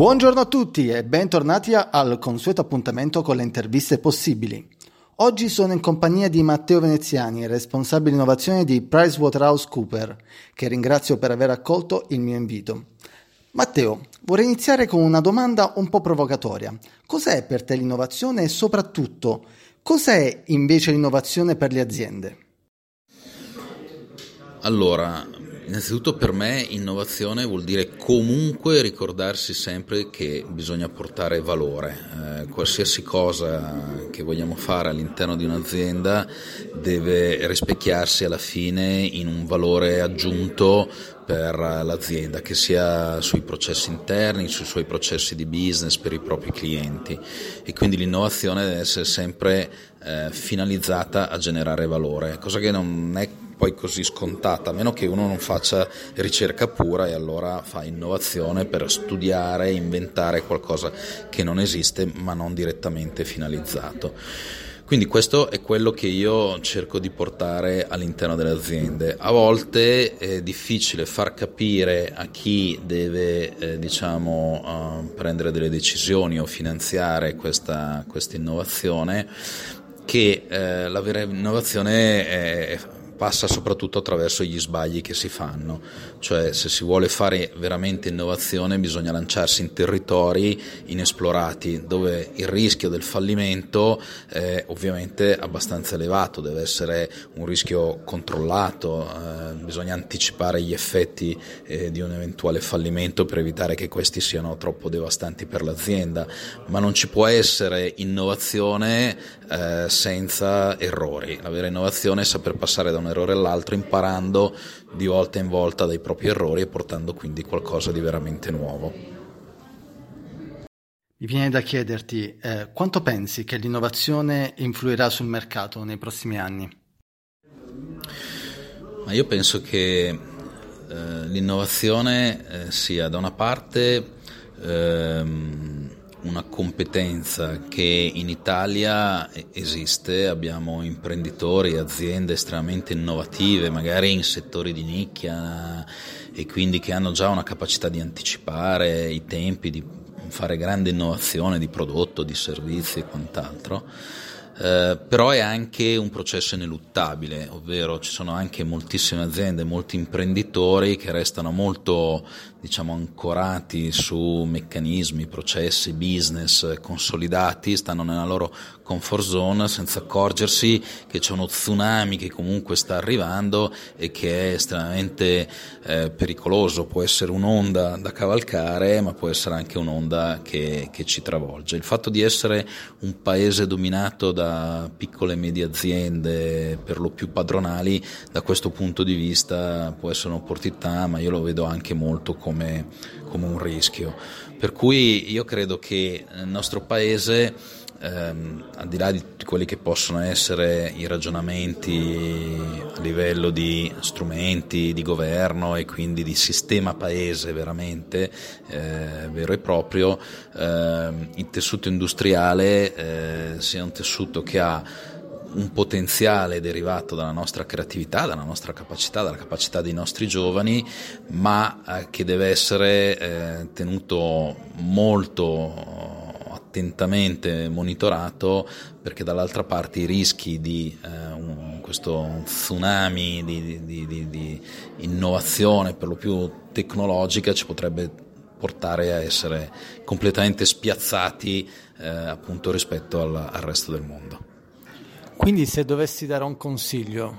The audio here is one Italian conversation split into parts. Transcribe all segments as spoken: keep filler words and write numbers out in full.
Buongiorno a tutti e bentornati al consueto appuntamento con le interviste possibili. Oggi sono in compagnia di Matteo Veneziani, responsabile innovazione di PricewaterhouseCoopers, che ringrazio per aver accolto il mio invito. Matteo, vorrei iniziare con una domanda un po' provocatoria. Cos'è per te l'innovazione e soprattutto, cos'è invece l'innovazione per le aziende? Allora, innanzitutto per me innovazione vuol dire comunque ricordarsi sempre che bisogna portare valore. Eh, qualsiasi cosa che vogliamo fare all'interno di un'azienda deve rispecchiarsi alla fine in un valore aggiunto per l'azienda, che sia sui processi interni, sui suoi processi di business, per i propri clienti, e quindi l'innovazione deve essere sempre eh, finalizzata a generare valore, cosa che non è poi così scontata, a meno che uno non faccia ricerca pura e allora fa innovazione per studiare, inventare qualcosa che non esiste ma non direttamente finalizzato. Quindi questo è quello che io cerco di portare all'interno delle aziende. A volte è difficile far capire a chi deve eh, diciamo uh, prendere delle decisioni o finanziare questa, questa innovazione che eh, la vera innovazione è passa soprattutto attraverso gli sbagli che si fanno, cioè se si vuole fare veramente innovazione bisogna lanciarsi in territori inesplorati dove il rischio del fallimento è ovviamente abbastanza elevato, deve essere un rischio controllato, eh, bisogna anticipare gli effetti eh, di un eventuale fallimento per evitare che questi siano troppo devastanti per l'azienda, ma non ci può essere innovazione eh, senza errori. La vera innovazione è saper passare da un errore all'altro, imparando di volta in volta dai propri errori e portando quindi qualcosa di veramente nuovo. Mi viene da chiederti eh, quanto pensi che l'innovazione influirà sul mercato nei prossimi anni? Ma io penso che eh, l'innovazione eh, sia da una parte ehm, una competenza che in Italia esiste, abbiamo imprenditori e aziende estremamente innovative, magari in settori di nicchia, e quindi che hanno già una capacità di anticipare i tempi, di fare grande innovazione di prodotto, di servizi e quant'altro. Eh, però è anche un processo ineluttabile, ovvero ci sono anche moltissime aziende, molti imprenditori che restano molto diciamo ancorati su meccanismi, processi, business consolidati, stanno nella loro comfort zone senza accorgersi che c'è uno tsunami che comunque sta arrivando e che è estremamente eh, pericoloso, può essere un'onda da cavalcare ma può essere anche un'onda che, che ci travolge. Il fatto di essere un paese dominato da piccole e medie aziende, per lo più padronali, da questo punto di vista può essere un'opportunità, ma io lo vedo anche molto come Come, come un rischio, per cui io credo che nel nostro paese ehm, al di là di tutti quelli che possono essere i ragionamenti a livello di strumenti di governo e quindi di sistema paese veramente eh, vero e proprio, eh, il tessuto industriale eh, sia un tessuto che ha un potenziale derivato dalla nostra creatività, dalla nostra capacità, dalla capacità dei nostri giovani, ma eh, che deve essere eh, tenuto molto attentamente monitorato, perché dall'altra parte i rischi di eh, un, questo tsunami di, di, di, di innovazione per lo più tecnologica ci potrebbe portare a essere completamente spiazzati eh, appunto rispetto al, al resto del mondo. Quindi se dovessi dare un consiglio?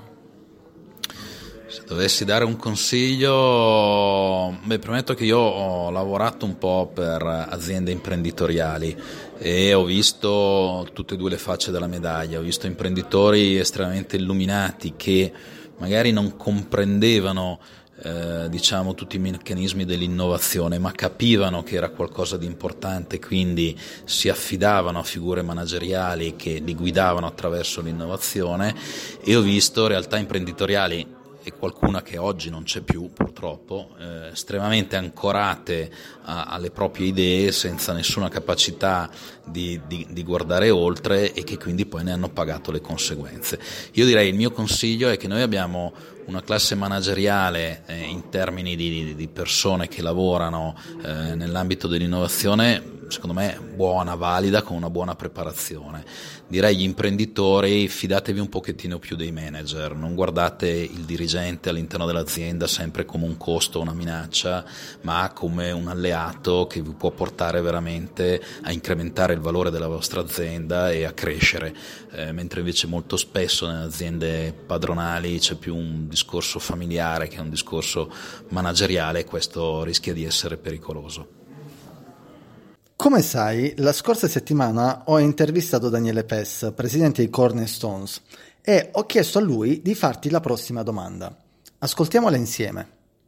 Se dovessi dare un consiglio, beh, premetto che io ho lavorato un po' per aziende imprenditoriali e ho visto tutte e due le facce della medaglia. Ho visto imprenditori estremamente illuminati che magari non comprendevano Eh, diciamo tutti i meccanismi dell'innovazione, ma capivano che era qualcosa di importante, quindi si affidavano a figure manageriali che li guidavano attraverso l'innovazione, e ho visto realtà imprenditoriali, e qualcuna che oggi non c'è più purtroppo, eh, estremamente ancorate a, alle proprie idee senza nessuna capacità di, di, di guardare oltre, e che quindi poi ne hanno pagato le conseguenze. Io direi, il mio consiglio è che noi abbiamo una classe manageriale eh, in termini di, di persone che lavorano eh, nell'ambito dell'innovazione, secondo me buona, valida, con una buona preparazione. Direi gli imprenditori, fidatevi un pochettino più dei manager, non guardate il dirigente all'interno dell'azienda sempre come un costo o una minaccia, ma come un alleato che vi può portare veramente a incrementare il valore della vostra azienda e a crescere, eh, mentre invece molto spesso nelle aziende padronali c'è più un discorso familiare che è un discorso manageriale, e questo rischia di essere pericoloso. Come sai, la scorsa settimana ho intervistato Daniele Pes, presidente di Cornerstones, e ho chiesto a lui di farti la prossima domanda. Ascoltiamola insieme.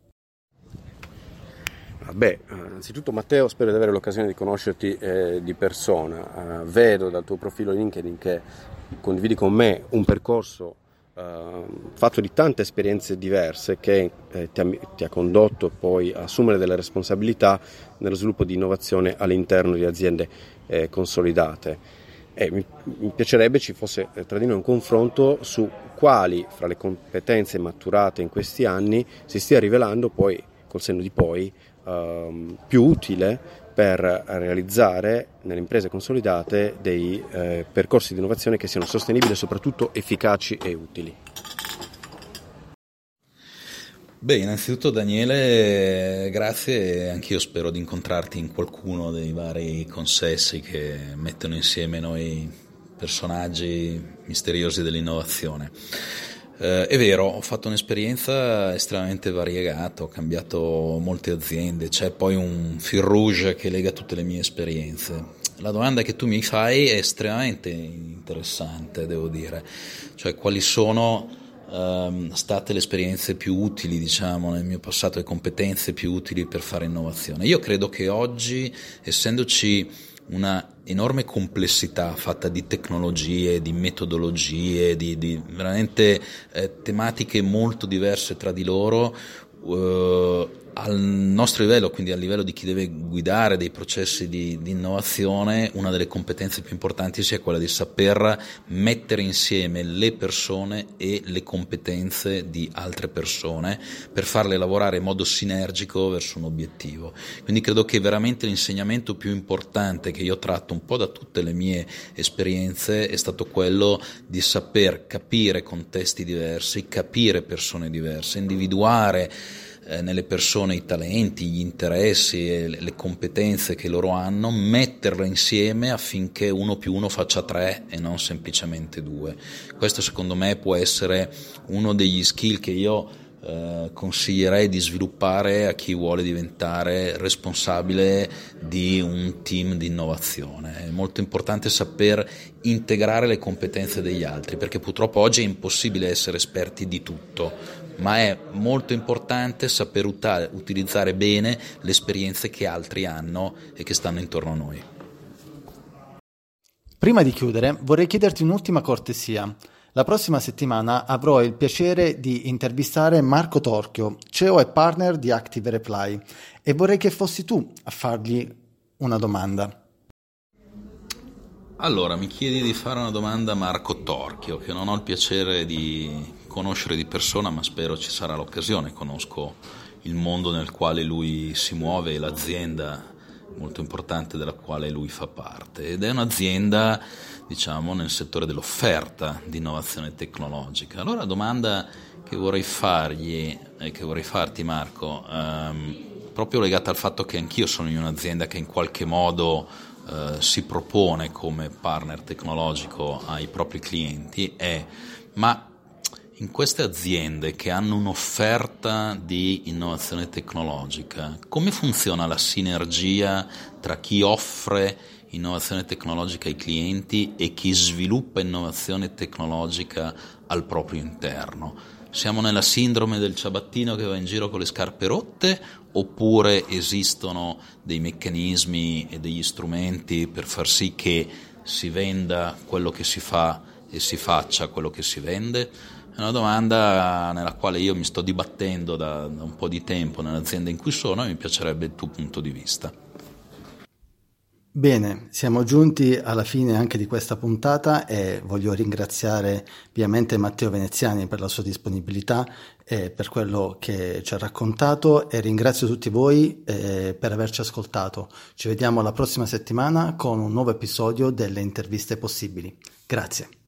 Beh, innanzitutto Matteo, spero di avere l'occasione di conoscerti eh, di persona. Uh, vedo dal tuo profilo LinkedIn che condividi con me un percorso Uh, fatto di tante esperienze diverse che eh, ti, ha, ti ha condotto poi a assumere delle responsabilità nello sviluppo di innovazione all'interno di aziende eh, consolidate. E mi, mi piacerebbe ci fosse eh, tra di noi un confronto su quali fra le competenze maturate in questi anni si stia rivelando poi, col senno di poi, uh, più utile per realizzare nelle imprese consolidate dei eh, percorsi di innovazione che siano sostenibili e soprattutto efficaci e utili. Beh, innanzitutto Daniele, grazie, anch'io spero di incontrarti in qualcuno dei vari consessi che mettono insieme noi personaggi misteriosi dell'innovazione. Eh, è vero, ho fatto un'esperienza estremamente variegata, ho cambiato molte aziende, c'è poi un fil rouge che lega tutte le mie esperienze. La domanda che tu mi fai è estremamente interessante, devo dire, cioè quali sono ehm, state le esperienze più utili, diciamo, nel mio passato, le competenze più utili per fare innovazione. Io credo che oggi, essendoci una enorme complessità fatta di tecnologie, di metodologie, di, di veramente eh, tematiche molto diverse tra di loro, eh, al nostro livello, quindi a livello di chi deve guidare dei processi di, di innovazione, una delle competenze più importanti sia quella di saper mettere insieme le persone e le competenze di altre persone per farle lavorare in modo sinergico verso un obiettivo. Quindi credo che veramente l'insegnamento più importante che io tratto un po' da tutte le mie esperienze è stato quello di saper capire contesti diversi, capire persone diverse, individuare nelle persone i talenti, gli interessi e le competenze che loro hanno, metterle insieme affinché uno più uno faccia tre e non semplicemente due. Questo secondo me può essere uno degli skill che io eh, consiglierei di sviluppare a chi vuole diventare responsabile di un team di innovazione. È molto importante saper integrare le competenze degli altri, perché purtroppo oggi è impossibile essere esperti di tutto, ma è molto importante saper ut- utilizzare bene le esperienze che altri hanno e che stanno intorno a noi. Prima di chiudere, vorrei chiederti un'ultima cortesia. La prossima settimana avrò il piacere di intervistare Marco Torchio, C E O e partner di Active Reply, e vorrei che fossi tu a fargli una domanda. Allora, mi chiedi di fare una domanda a Marco Torchio, che non ho il piacere di conoscere di persona, ma spero ci sarà l'occasione. Conosco il mondo nel quale lui si muove e l'azienda molto importante della quale lui fa parte, ed è un'azienda, diciamo, nel settore dell'offerta di innovazione tecnologica. Allora la domanda che vorrei fargli e che vorrei farti, Marco, ehm, proprio legata al fatto che anch'io sono in un'azienda che in qualche modo eh, si propone come partner tecnologico ai propri clienti, è: ma in queste aziende che hanno un'offerta di innovazione tecnologica, come funziona la sinergia tra chi offre innovazione tecnologica ai clienti e chi sviluppa innovazione tecnologica al proprio interno? Siamo nella sindrome del ciabattino che va in giro con le scarpe rotte, oppure esistono dei meccanismi e degli strumenti per far sì che si venda quello che si fa e si faccia quello che si vende? È una domanda nella quale io mi sto dibattendo da, da un po' di tempo nell'azienda in cui sono, e mi piacerebbe il tuo punto di vista. Bene, siamo giunti alla fine anche di questa puntata e voglio ringraziare ovviamente Matteo Veneziani per la sua disponibilità e per quello che ci ha raccontato, e ringrazio tutti voi eh, per averci ascoltato. Ci vediamo la prossima settimana con un nuovo episodio delle interviste possibili. Grazie.